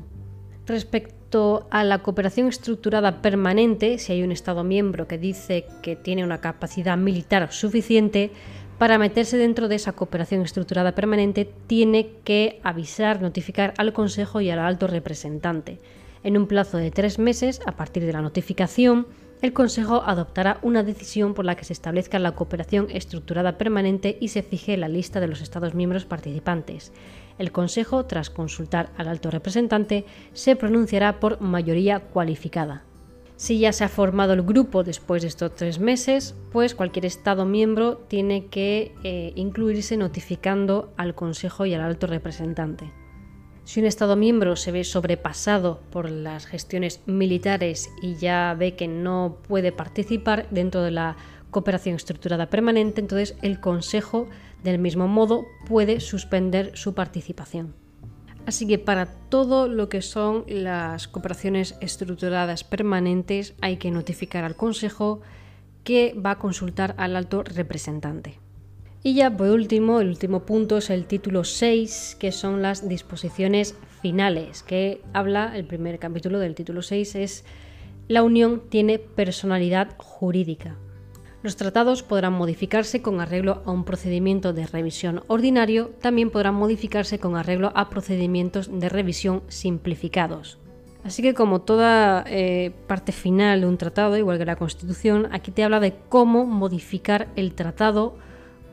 Respecto a la cooperación estructurada permanente, si hay un Estado miembro que dice que tiene una capacidad militar suficiente, para meterse dentro de esa cooperación estructurada permanente tiene que avisar, notificar al Consejo y al alto representante. En un plazo de tres meses, a partir de la notificación, el Consejo adoptará una decisión por la que se establezca la cooperación estructurada permanente y se fije la lista de los Estados miembros participantes. El Consejo, tras consultar al alto representante, se pronunciará por mayoría cualificada. Si ya se ha formado el grupo después de estos tres meses, pues cualquier Estado miembro tiene que eh, incluirse notificando al Consejo y al alto representante. Si un Estado miembro se ve sobrepasado por las gestiones militares y ya ve que no puede participar dentro de la cooperación estructurada permanente, entonces el Consejo, del mismo modo, puede suspender su participación. Así que para todo lo que son las cooperaciones estructuradas permanentes hay que notificar al Consejo, que va a consultar al alto representante. Y ya por último, el último punto es el título seis, que son las disposiciones finales, que habla, el primer capítulo del título seis es: la Unión tiene personalidad jurídica. Los tratados podrán modificarse con arreglo a un procedimiento de revisión ordinario, también podrán modificarse con arreglo a procedimientos de revisión simplificados. Así que, como toda eh, parte final de un tratado, igual que la Constitución, aquí te habla de cómo modificar el tratado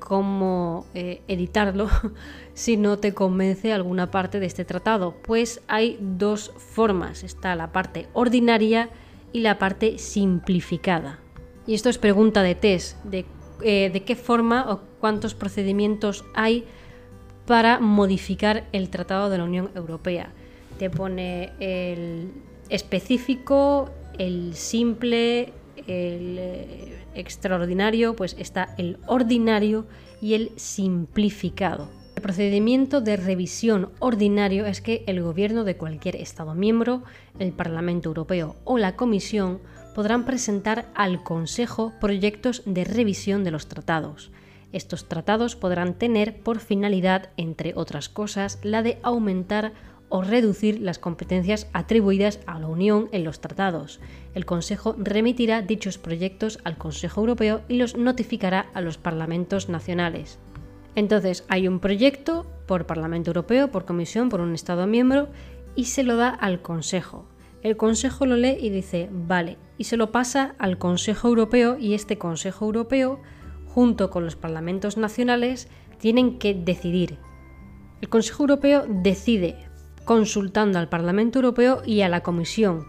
cómo eh, editarlo si no te convence alguna parte de este tratado. Pues hay dos formas, está la parte ordinaria y la parte simplificada. Y esto es pregunta de test, de, eh, de qué forma o cuántos procedimientos hay para modificar el Tratado de la Unión Europea. Te pone el específico, el simple, el eh, extraordinario, pues está el ordinario y el simplificado. El procedimiento de revisión ordinario es que el gobierno de cualquier Estado miembro, el Parlamento Europeo o la Comisión podrán presentar al Consejo proyectos de revisión de los tratados. Estos tratados podrán tener por finalidad, entre otras cosas, la de aumentar o reducir las competencias atribuidas a la Unión en los tratados. El Consejo remitirá dichos proyectos al Consejo Europeo y los notificará a los parlamentos nacionales. Entonces, hay un proyecto por Parlamento Europeo, por Comisión, por un Estado miembro, y se lo da al Consejo. El Consejo lo lee y dice, vale, y se lo pasa al Consejo Europeo, y este Consejo Europeo, junto con los parlamentos nacionales, tienen que decidir. El Consejo Europeo decide consultando al Parlamento Europeo y a la Comisión,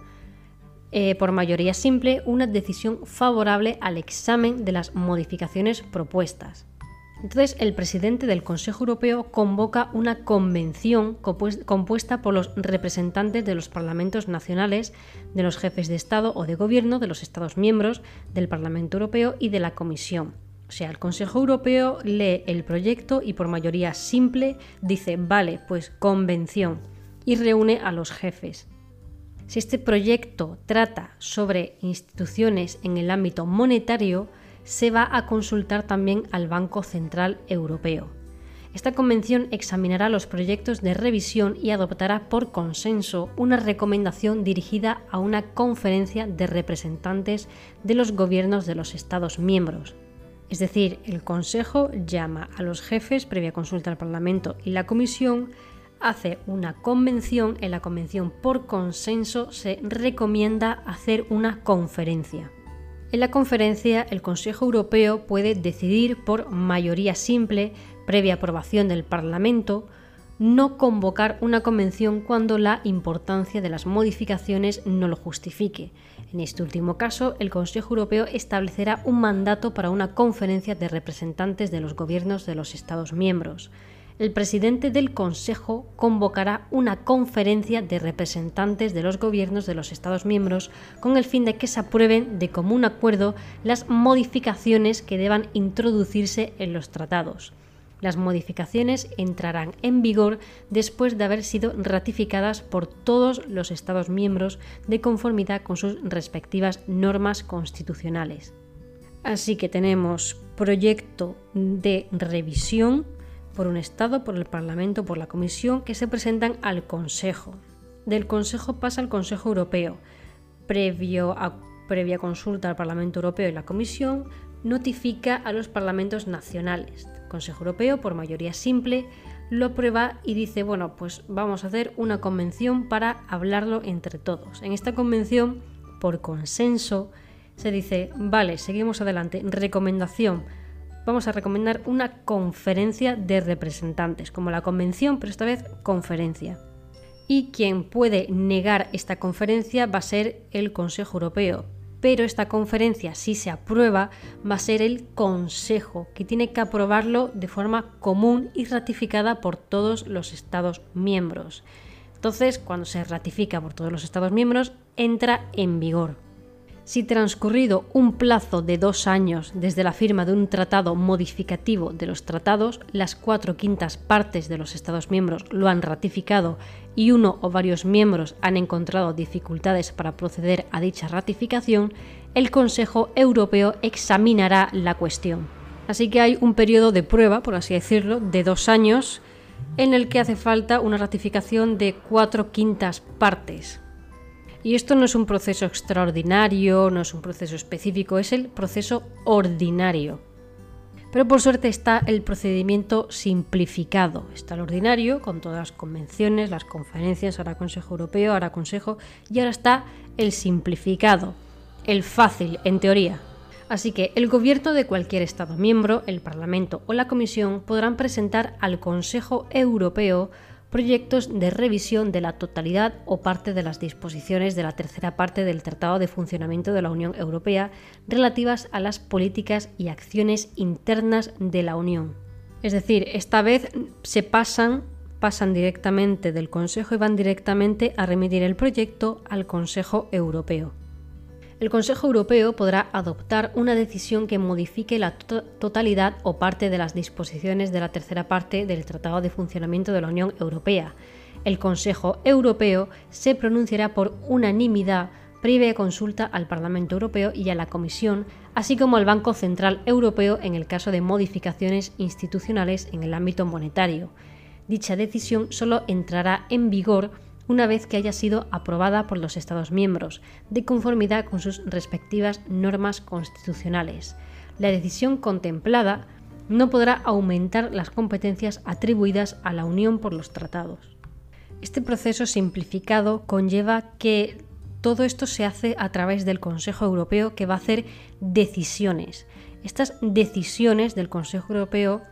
eh, por mayoría simple, una decisión favorable al examen de las modificaciones propuestas. Entonces, el presidente del Consejo Europeo convoca una convención compuesta por los representantes de los parlamentos nacionales, de los jefes de Estado o de Gobierno, de los Estados miembros, del Parlamento Europeo y de la Comisión. O sea, el Consejo Europeo lee el proyecto y por mayoría simple dice, vale, pues convención, y reúne a los jefes. Si este proyecto trata sobre instituciones en el ámbito monetario, se va a consultar también al Banco Central Europeo. Esta convención examinará los proyectos de revisión y adoptará por consenso una recomendación dirigida a una conferencia de representantes de los gobiernos de los Estados miembros. Es decir, el Consejo llama a los jefes previa consulta al Parlamento y la Comisión, hace una convención, en la convención por consenso se recomienda hacer una conferencia. En la conferencia, el Consejo Europeo puede decidir por mayoría simple, previa aprobación del Parlamento, no convocar una convención cuando la importancia de las modificaciones no lo justifique. En este último caso, el Consejo Europeo establecerá un mandato para una conferencia de representantes de los gobiernos de los Estados miembros. El presidente del Consejo convocará una conferencia de representantes de los gobiernos de los Estados miembros con el fin de que se aprueben de común acuerdo las modificaciones que deban introducirse en los tratados. Las modificaciones entrarán en vigor después de haber sido ratificadas por todos los Estados miembros de conformidad con sus respectivas normas constitucionales. Así que tenemos proyecto de revisión por un Estado, por el Parlamento, por la Comisión, que se presentan al Consejo. Del Consejo pasa al Consejo Europeo. Previo a, previa consulta al Parlamento Europeo y la Comisión, notifica a los parlamentos nacionales. El Consejo Europeo, por mayoría simple, lo aprueba y dice, bueno, pues vamos a hacer una convención para hablarlo entre todos. En esta convención, por consenso, se dice, vale, seguimos adelante, recomendación. Vamos a recomendar una conferencia de representantes, como la convención, pero esta vez conferencia. Y quien puede negar esta conferencia va a ser el Consejo Europeo. Pero esta conferencia, si se aprueba, va a ser el Consejo, que tiene que aprobarlo de forma común y ratificada por todos los Estados miembros. Entonces, cuando se ratifica por todos los Estados miembros, entra en vigor. Si transcurrido un plazo de dos años desde la firma de un tratado modificativo de los tratados, las cuatro quintas partes de los Estados miembros lo han ratificado y uno o varios miembros han encontrado dificultades para proceder a dicha ratificación, el Consejo Europeo examinará la cuestión. Así que hay un periodo de prueba, por así decirlo, de dos años, en el que hace falta una ratificación de cuatro quintas partes. Y esto no es un proceso extraordinario, no es un proceso específico, es el proceso ordinario. Pero por suerte está el procedimiento simplificado. Está el ordinario, con todas las convenciones, las conferencias, ahora Consejo Europeo, ahora Consejo, y ahora está el simplificado, el fácil, en teoría. Así que el gobierno de cualquier Estado miembro, el Parlamento o la Comisión podrán presentar al Consejo Europeo proyectos de revisión de la totalidad o parte de las disposiciones de la tercera parte del Tratado de Funcionamiento de la Unión Europea relativas a las políticas y acciones internas de la Unión. Es decir, esta vez se pasan, pasan directamente del Consejo y van directamente a remitir el proyecto al Consejo Europeo. El Consejo Europeo podrá adoptar una decisión que modifique la to- totalidad o parte de las disposiciones de la tercera parte del Tratado de Funcionamiento de la Unión Europea. El Consejo Europeo se pronunciará por unanimidad previa consulta al Parlamento Europeo y a la Comisión, así como al Banco Central Europeo en el caso de modificaciones institucionales en el ámbito monetario. Dicha decisión solo entrará en vigor una vez que haya sido aprobada por los Estados miembros, de conformidad con sus respectivas normas constitucionales. La decisión contemplada no podrá aumentar las competencias atribuidas a la Unión por los tratados. Este proceso simplificado conlleva que todo esto se hace a través del Consejo Europeo, que va a hacer decisiones. Estas decisiones del Consejo Europeo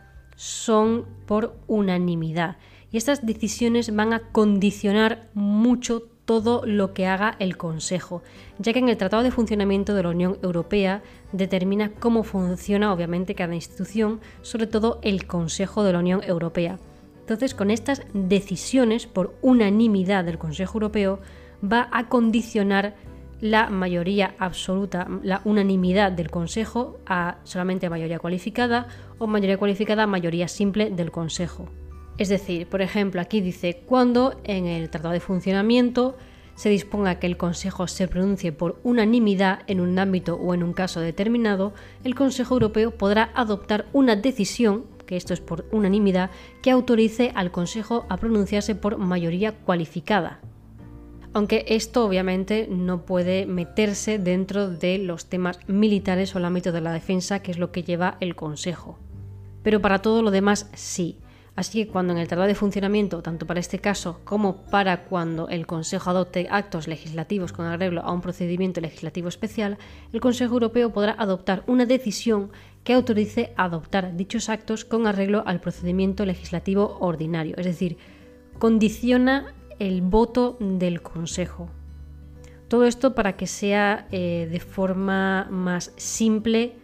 son por unanimidad. Y estas decisiones van a condicionar mucho todo lo que haga el Consejo, ya que en el Tratado de Funcionamiento de la Unión Europea determina cómo funciona, obviamente, cada institución, sobre todo el Consejo de la Unión Europea. Entonces, con estas decisiones por unanimidad del Consejo Europeo, va a condicionar la mayoría absoluta, la unanimidad del Consejo a solamente mayoría cualificada o mayoría cualificada a mayoría simple del Consejo. Es decir, por ejemplo, aquí dice, cuando en el Tratado de Funcionamiento se disponga que el Consejo se pronuncie por unanimidad en un ámbito o en un caso determinado, el Consejo Europeo podrá adoptar una decisión, que esto es por unanimidad, que autorice al Consejo a pronunciarse por mayoría cualificada. Aunque esto obviamente no puede meterse dentro de los temas militares o el ámbito de la defensa, que es lo que lleva el Consejo. Pero para todo lo demás sí. Así que cuando en el Tratado de Funcionamiento, tanto para este caso como para cuando el Consejo adopte actos legislativos con arreglo a un procedimiento legislativo especial, el Consejo Europeo podrá adoptar una decisión que autorice adoptar dichos actos con arreglo al procedimiento legislativo ordinario, es decir, condiciona el voto del Consejo. Todo esto para que sea eh, de forma más simple,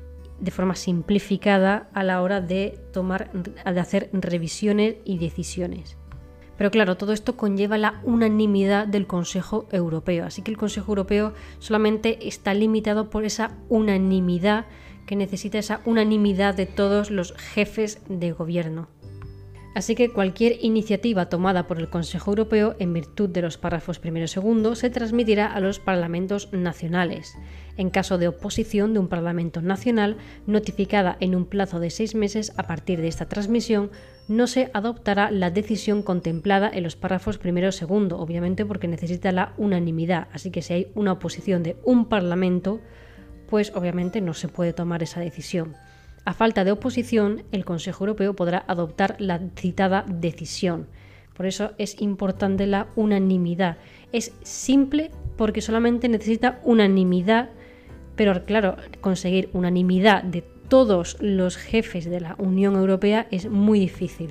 de forma simplificada a la hora de tomar, de hacer revisiones y decisiones. Pero claro, todo esto conlleva la unanimidad del Consejo Europeo, así que el Consejo Europeo solamente está limitado por esa unanimidad, que necesita esa unanimidad de todos los jefes de gobierno. Así que cualquier iniciativa tomada por el Consejo Europeo en virtud de los párrafos primero y segundo se transmitirá a los parlamentos nacionales. En caso de oposición de un parlamento nacional notificada en un plazo de seis meses a partir de esta transmisión, no se adoptará la decisión contemplada en los párrafos primero y segundo, obviamente porque necesita la unanimidad. Así que si hay una oposición de un parlamento, pues obviamente no se puede tomar esa decisión. A falta de oposición, el Consejo Europeo podrá adoptar la citada decisión. Por eso es importante la unanimidad. Es simple porque solamente necesita unanimidad, pero claro, conseguir unanimidad de todos los jefes de la Unión Europea es muy difícil.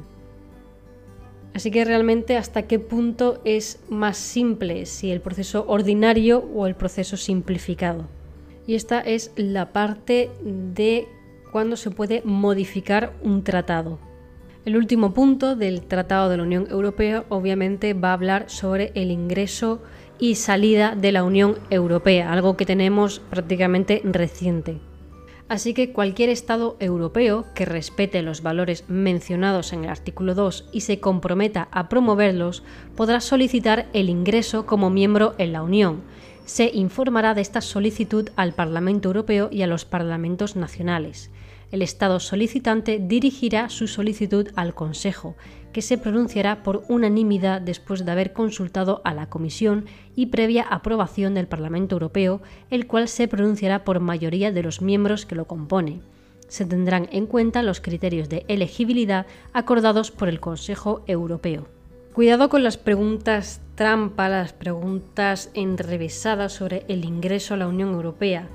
Así que realmente hasta qué punto es más simple, si el proceso ordinario o el proceso simplificado. Y esta es la parte de cuando se puede modificar un tratado. El último punto del Tratado de la Unión Europea obviamente va a hablar sobre el ingreso y salida de la Unión Europea, algo que tenemos prácticamente reciente. Así que cualquier Estado europeo que respete los valores mencionados en el artículo dos y se comprometa a promoverlos podrá solicitar el ingreso como miembro en la Unión. Se informará de esta solicitud al Parlamento Europeo y a los parlamentos nacionales. El Estado solicitante dirigirá su solicitud al Consejo, que se pronunciará por unanimidad después de haber consultado a la Comisión y previa aprobación del Parlamento Europeo, el cual se pronunciará por mayoría de los miembros que lo componen. Se tendrán en cuenta los criterios de elegibilidad acordados por el Consejo Europeo. Cuidado con las preguntas trampa, las preguntas enrevesadas sobre el ingreso a la Unión Europea,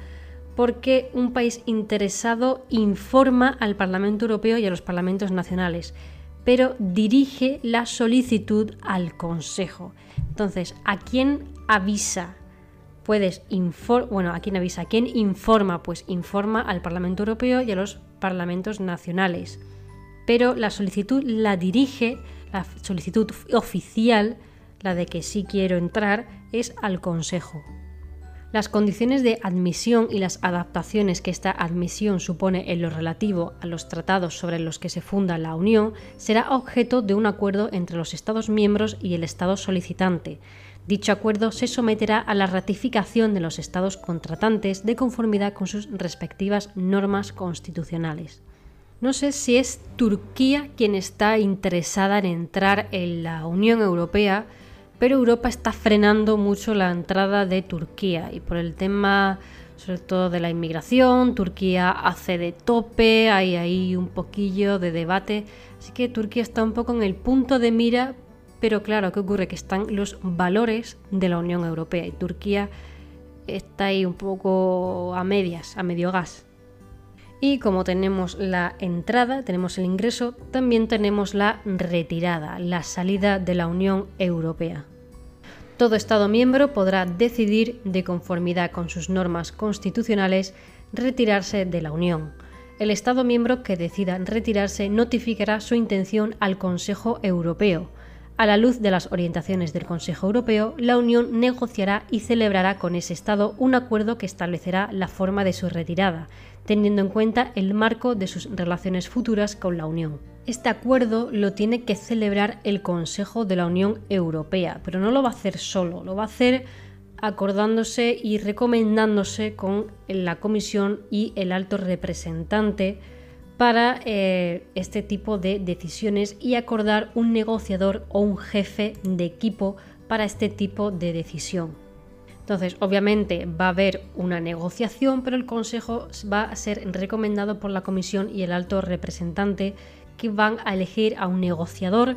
porque un país interesado informa al Parlamento Europeo y a los parlamentos nacionales, pero dirige la solicitud al Consejo. Entonces, ¿a quién avisa? Puedes infor- bueno, ¿a quién avisa? ¿A quién informa? Pues informa al Parlamento Europeo y a los parlamentos nacionales. Pero la solicitud la dirige, la solicitud oficial, la de que sí quiero entrar, es al Consejo. Las condiciones de admisión y las adaptaciones que esta admisión supone en lo relativo a los tratados sobre los que se funda la Unión será objeto de un acuerdo entre los Estados miembros y el Estado solicitante. Dicho acuerdo se someterá a la ratificación de los Estados contratantes de conformidad con sus respectivas normas constitucionales. No sé si es Turquía quien está interesada en entrar en la Unión Europea, pero Europa está frenando mucho la entrada de Turquía y por el tema sobre todo de la inmigración, Turquía hace de tope, hay ahí un poquillo de debate, así que Turquía está un poco en el punto de mira, pero claro, ¿qué ocurre? Que están los valores de la Unión Europea y Turquía está ahí un poco a medias, a medio gas. Y como tenemos la entrada, tenemos el ingreso, también tenemos la retirada, la salida de la Unión Europea. Todo Estado miembro podrá decidir, de conformidad con sus normas constitucionales, retirarse de la Unión. El Estado miembro que decida retirarse notificará su intención al Consejo Europeo. A la luz de las orientaciones del Consejo Europeo, la Unión negociará y celebrará con ese Estado un acuerdo que establecerá la forma de su retirada, teniendo en cuenta el marco de sus relaciones futuras con la Unión. Este acuerdo lo tiene que celebrar el Consejo de la Unión Europea, pero no lo va a hacer solo, lo va a hacer acordándose y recomendándose con la Comisión y el alto representante para eh, este tipo de decisiones y acordar un negociador o un jefe de equipo para este tipo de decisión. Entonces, obviamente va a haber una negociación, pero el Consejo va a ser recomendado por la Comisión y el alto representante, que van a elegir a un negociador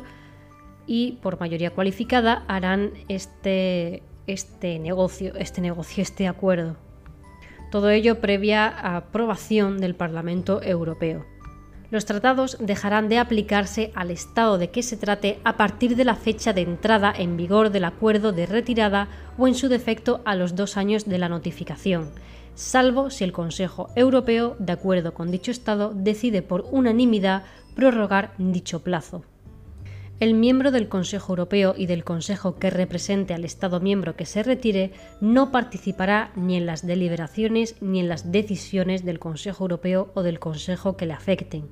y por mayoría cualificada harán este, este negocio, este negocio, este acuerdo. Todo ello previa aprobación del Parlamento Europeo. Los tratados dejarán de aplicarse al Estado de que se trate a partir de la fecha de entrada en vigor del acuerdo de retirada o, en su defecto, a los dos años de la notificación, salvo si el Consejo Europeo, de acuerdo con dicho Estado, decide por unanimidad prorrogar dicho plazo. El miembro del Consejo Europeo y del Consejo que represente al Estado miembro que se retire no participará ni en las deliberaciones ni en las decisiones del Consejo Europeo o del Consejo que le afecten.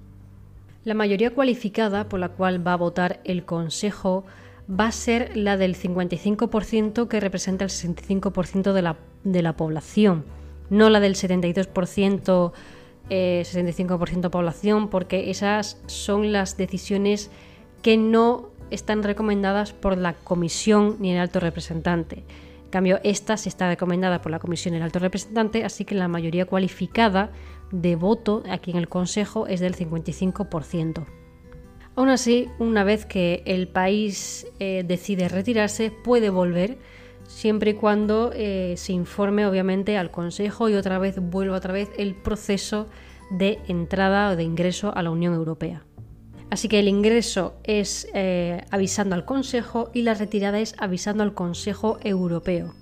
La mayoría cualificada por la cual va a votar el Consejo va a ser la del cincuenta y cinco por ciento que representa el sesenta y cinco por ciento de la, de la población, no la del setenta y dos por ciento, eh, sesenta y cinco por ciento población, porque esas son las decisiones que no están recomendadas por la Comisión ni el alto representante. En cambio, esta sí está recomendada por la Comisión y el alto representante, así que la mayoría cualificada de voto aquí en el Consejo es del cincuenta y cinco por ciento. Aún así, una vez que el país eh, decide retirarse, puede volver, siempre y cuando eh, se informe obviamente al Consejo y otra vez vuelva otra vez el proceso de entrada o de ingreso a la Unión Europea. Así que el ingreso es eh, avisando al Consejo y la retirada es avisando al Consejo Europeo.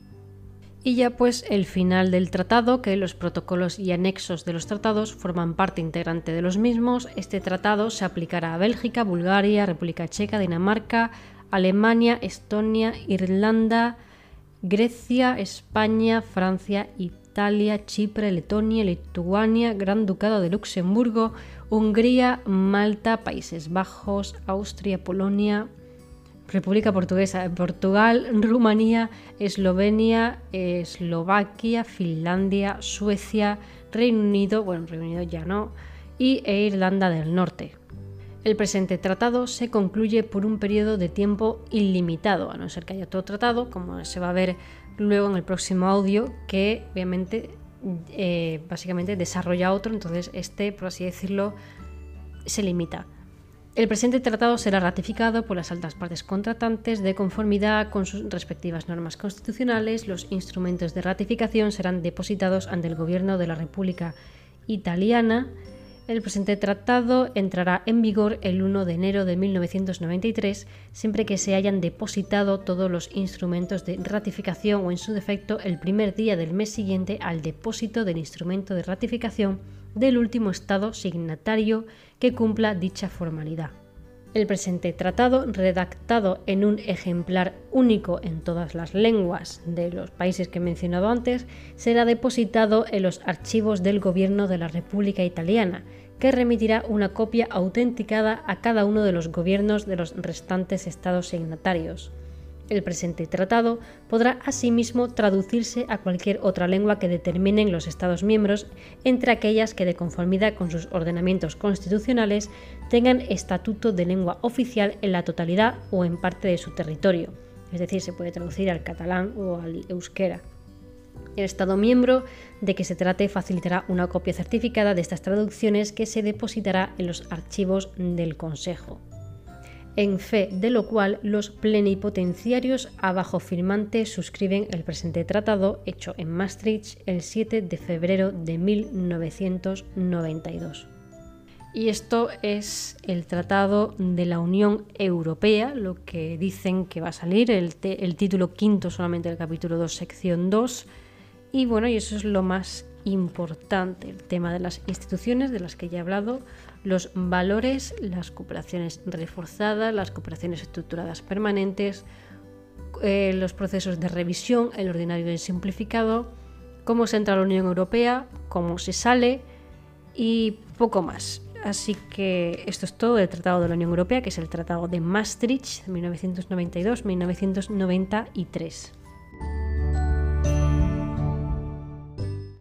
Y ya pues el final del tratado, que los protocolos y anexos de los tratados forman parte integrante de los mismos. Este tratado se aplicará a Bélgica, Bulgaria, República Checa, Dinamarca, Alemania, Estonia, Irlanda, Grecia, España, Francia, Italia, Chipre, Letonia, Lituania, Gran Ducado de Luxemburgo, Hungría, Malta, Países Bajos, Austria, Polonia, República Portuguesa, Portugal, Rumanía, Eslovenia, Eslovaquia, Finlandia, Suecia, Reino Unido, bueno, Reino Unido ya no, y e Irlanda del Norte. El presente tratado se concluye por un periodo de tiempo ilimitado, a no ser que haya otro tratado, como se va a ver luego en el próximo audio, que obviamente eh, básicamente desarrolla otro, entonces este, por así decirlo, se limita. El presente tratado será ratificado por las altas partes contratantes de conformidad con sus respectivas normas constitucionales. Los instrumentos de ratificación serán depositados ante el Gobierno de la República Italiana. El presente tratado entrará en vigor el primero de enero de mil novecientos noventa y tres, siempre que se hayan depositado todos los instrumentos de ratificación o, en su defecto, el primer día del mes siguiente al depósito del instrumento de ratificación del último Estado signatario que cumpla dicha formalidad. El presente tratado, redactado en un ejemplar único en todas las lenguas de los países que he mencionado antes, será depositado en los archivos del Gobierno de la República Italiana, que remitirá una copia autenticada a cada uno de los gobiernos de los restantes estados signatarios. El presente tratado podrá asimismo traducirse a cualquier otra lengua que determinen los Estados miembros, entre aquellas que, de conformidad con sus ordenamientos constitucionales, tengan estatuto de lengua oficial en la totalidad o en parte de su territorio. Es decir, se puede traducir al catalán o al euskera. El Estado miembro de que se trate facilitará una copia certificada de estas traducciones que se depositará en los archivos del Consejo, en fe de lo cual los plenipotenciarios abajo firmantes suscriben el presente tratado, hecho en Maastricht el siete de febrero de mil novecientos noventa y dos. Y esto es el Tratado de la Unión Europea, lo que dicen que va a salir, el, te, el título quinto solamente del capítulo dos, sección dos. Y bueno, y eso es lo más importante, el tema de las instituciones de las que ya he hablado, los valores, las cooperaciones reforzadas, las cooperaciones estructuradas permanentes, eh, los procesos de revisión, el ordinario y el simplificado, cómo se entra a la Unión Europea, cómo se sale y poco más. Así que esto es todo del Tratado de la Unión Europea, que es el Tratado de Maastricht de mil novecientos noventa y dos a mil novecientos noventa y tres.